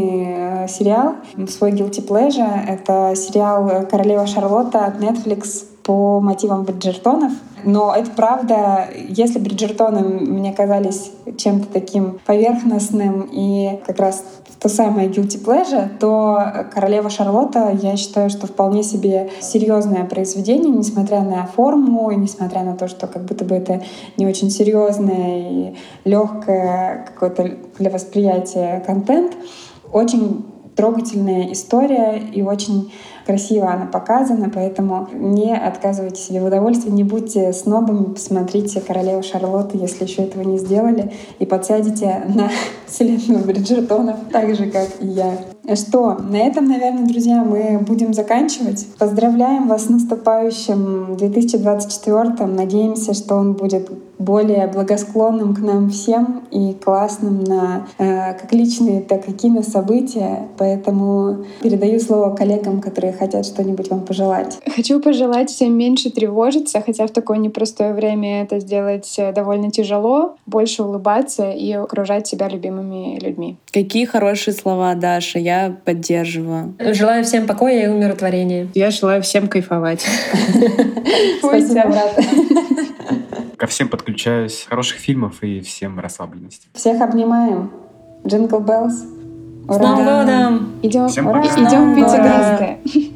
стыдный сериал, свой guilty pleasure. Это сериал «Королева Шарлотта» от Netflix. по мотивам Бриджертонов. Но это правда, если Бриджертоны мне казались чем-то таким поверхностным и как раз то самое guilty pleasure, то «Королева Шарлотта», я считаю, что вполне себе серьезное произведение, несмотря на форму, и несмотря на то, что как будто бы это не очень серьезное и легкое какое-то для восприятия контент. Очень трогательная история и очень красиво она показана, поэтому не отказывайте себе в удовольствии, не будьте снобами, посмотрите «Королеву Шарлотту», если еще этого не сделали, и подсядете на вселенную Бриджертонов, так же, как и я. Что, на этом, наверное, друзья, мы будем заканчивать. Поздравляем вас с наступающим две тысячи двадцать четвёртым. Надеемся, что он будет более благосклонным к нам всем и классным на э, как личные, так и кинособытия. Поэтому передаю слово коллегам, которые хотят что-нибудь вам пожелать. Хочу пожелать всем меньше тревожиться, хотя в такое непростое время это сделать довольно тяжело, больше улыбаться и окружать себя любимыми людьми. Какие хорошие слова, Даша, я поддерживаю. Желаю всем покоя и умиротворения. Я желаю всем кайфовать. Спасибо, брат. Ко всем подключаюсь. Хороших фильмов и всем расслабленности. Всех обнимаем. Джингл Беллс. С Новым годом! Идем, Всем ура, пока. идем пить Ура. игристое.